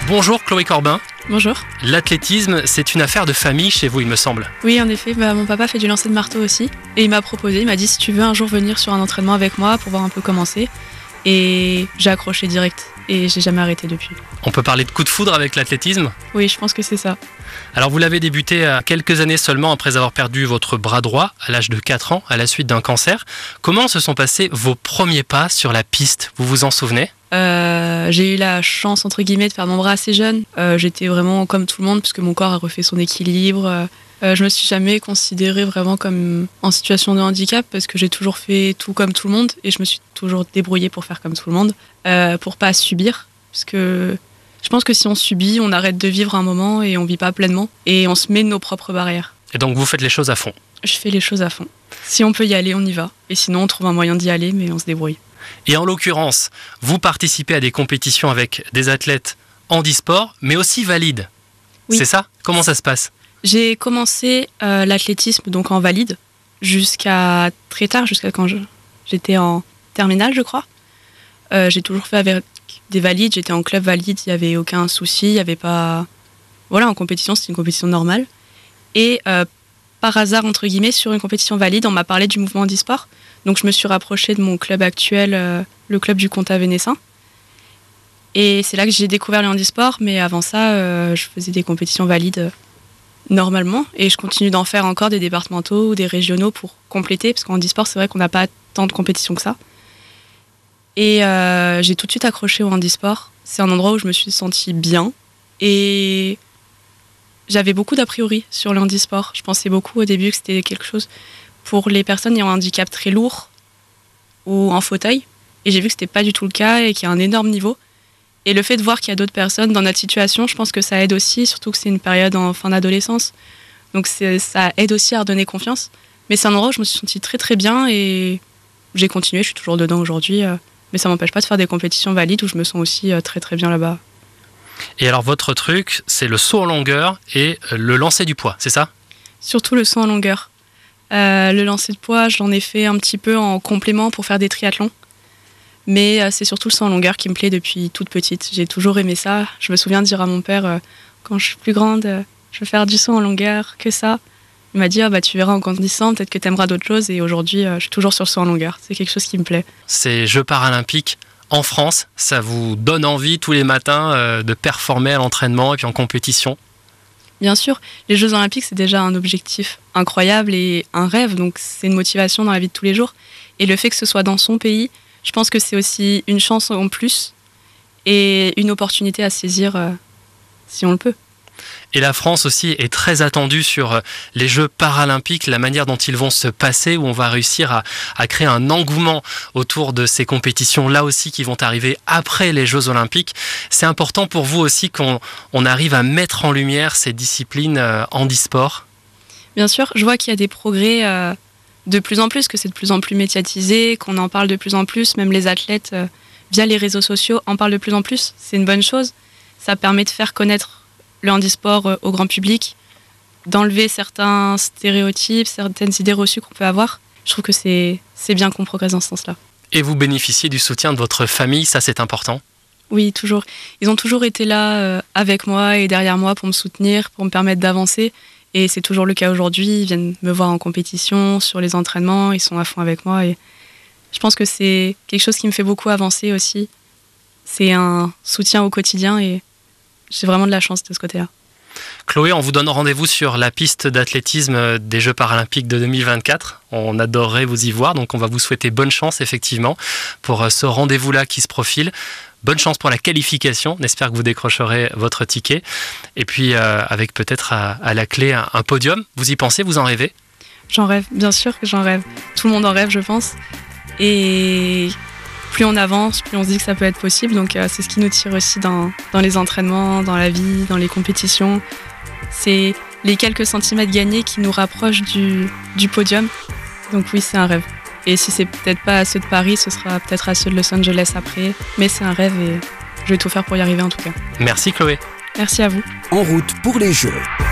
Bonjour Chloé Corbin. Bonjour. L'athlétisme, c'est une affaire de famille chez vous, il me semble. Oui, en effet, mon papa fait du lancer de marteau aussi. Et il m'a proposé, il m'a dit si tu veux un jour venir sur un entraînement avec moi pour voir un peu comment c'est. Et j'ai accroché direct et j'ai jamais arrêté depuis. On peut parler de coup de foudre avec l'athlétisme ? Oui, je pense que c'est ça. Alors vous l'avez débuté à quelques années seulement après avoir perdu votre bras droit à l'âge de 4 ans à la suite d'un cancer. Comment se sont passés vos premiers pas sur la piste ? Vous vous en souvenez ? J'ai eu la chance entre guillemets de faire mon bras assez jeune. J'étais vraiment comme tout le monde puisque mon corps a refait son équilibre. Je me suis jamais considérée vraiment comme en situation de handicap parce que j'ai toujours fait tout comme tout le monde et je me suis toujours débrouillée pour faire comme tout le monde, pour pas subir. Parce que je pense que si on subit, on arrête de vivre un moment et on vit pas pleinement et on se met nos propres barrières. Et donc vous faites les choses à fond ? Je fais les choses à fond. Si on peut y aller, on y va. Et sinon, on trouve un moyen d'y aller, mais on se débrouille. Et en l'occurrence, vous participez à des compétitions avec des athlètes handisport, mais aussi valides. Oui. C'est ça ? Comment ça se passe ? J'ai commencé l'athlétisme donc en valide jusqu'à très tard, jusqu'à quand j'étais en terminale, je crois. J'ai toujours fait avec des valides, j'étais en club valide, il n'y avait aucun souci, il n'y avait pas... Voilà, en compétition, c'était une compétition normale. Et par hasard, entre guillemets, sur une compétition valide, on m'a parlé du mouvement handisport. Donc je me suis rapprochée de mon club actuel, le club du Comtat Vénessin. Et c'est là que j'ai découvert le handisport, mais avant ça, je faisais des compétitions valides normalement. Et je continue d'en faire encore des départementaux ou des régionaux pour compléter, parce qu'en handisport, c'est vrai qu'on n'a pas tant de compétitions que ça. Et j'ai tout de suite accroché au handisport. C'est un endroit où je me suis sentie bien. Et j'avais beaucoup d'a priori sur le handisport. Je pensais beaucoup au début que c'était quelque chose pour les personnes ayant un handicap très lourd ou en fauteuil. Et j'ai vu que c'était pas du tout le cas et qu'il y a un énorme niveau. Et le fait de voir qu'il y a d'autres personnes dans notre situation, je pense que ça aide aussi, surtout que c'est une période en fin d'adolescence. Donc ça aide aussi à redonner confiance. Mais c'est un endroit où je me suis sentie très très bien et j'ai continué, je suis toujours dedans aujourd'hui. Mais ça m'empêche pas de faire des compétitions valides où je me sens aussi très très bien là-bas. Et alors votre truc, c'est le saut en longueur et le lancer du poids, c'est ça ? Surtout le saut en longueur. Le lancer de poids, j'en ai fait un petit peu en complément pour faire des triathlons. Mais c'est surtout le saut en longueur qui me plaît depuis toute petite. J'ai toujours aimé ça. Je me souviens de dire à mon père, quand je suis plus grande, je veux faire du saut en longueur, que ça. Il m'a dit, tu verras en grandissant, peut-être que tu aimeras d'autres choses. Et aujourd'hui, je suis toujours sur le saut en longueur. C'est quelque chose qui me plaît. Ces Jeux paralympiques en France, ça vous donne envie tous les matins de performer à l'entraînement et puis en compétition ? Bien sûr, les Jeux olympiques, c'est déjà un objectif incroyable et un rêve. Donc c'est une motivation dans la vie de tous les jours. Et le fait que ce soit dans son pays, je pense que c'est aussi une chance en plus et une opportunité à saisir si on le peut. Et la France aussi est très attendue sur les Jeux paralympiques, la manière dont ils vont se passer, où on va réussir à créer un engouement autour de ces compétitions là aussi qui vont arriver après les Jeux olympiques. C'est important pour vous aussi qu'on arrive à mettre en lumière ces disciplines handisport ? Bien sûr, je vois qu'il y a des progrès de plus en plus, que c'est de plus en plus médiatisé, qu'on en parle de plus en plus, même les athlètes via les réseaux sociaux en parlent de plus en plus. C'est une bonne chose, ça permet de faire connaître le handisport au grand public, d'enlever certains stéréotypes, certaines idées reçues qu'on peut avoir. Je trouve que c'est bien qu'on progresse dans ce sens-là. Et vous bénéficiez du soutien de votre famille, ça c'est important ? Oui, toujours. Ils ont toujours été là avec moi et derrière moi pour me soutenir, pour me permettre d'avancer. Et c'est toujours le cas aujourd'hui. Ils viennent me voir en compétition, sur les entraînements, ils sont à fond avec moi. Et je pense que c'est quelque chose qui me fait beaucoup avancer aussi. C'est un soutien au quotidien et j'ai vraiment de la chance de ce côté-là. Chloé, on vous donne rendez-vous sur la piste d'athlétisme des Jeux paralympiques de 2024. On adorerait vous y voir, donc on va vous souhaiter bonne chance effectivement pour ce rendez-vous-là qui se profile. Bonne chance pour la qualification, on espère que vous décrocherez votre ticket. Et puis avec peut-être à la clé un podium, vous y pensez, vous en rêvez ? J'en rêve, bien sûr que j'en rêve. Tout le monde en rêve, je pense. Et plus on avance, plus on se dit que ça peut être possible. Donc c'est ce qui nous tire aussi dans les entraînements, dans la vie, dans les compétitions. C'est les quelques centimètres gagnés qui nous rapprochent du podium. Donc oui, c'est un rêve. Et si c'est peut-être pas à ceux de Paris, ce sera peut-être à ceux de Los Angeles après. Mais c'est un rêve et je vais tout faire pour y arriver en tout cas. Merci Chloé. Merci à vous. En route pour les Jeux.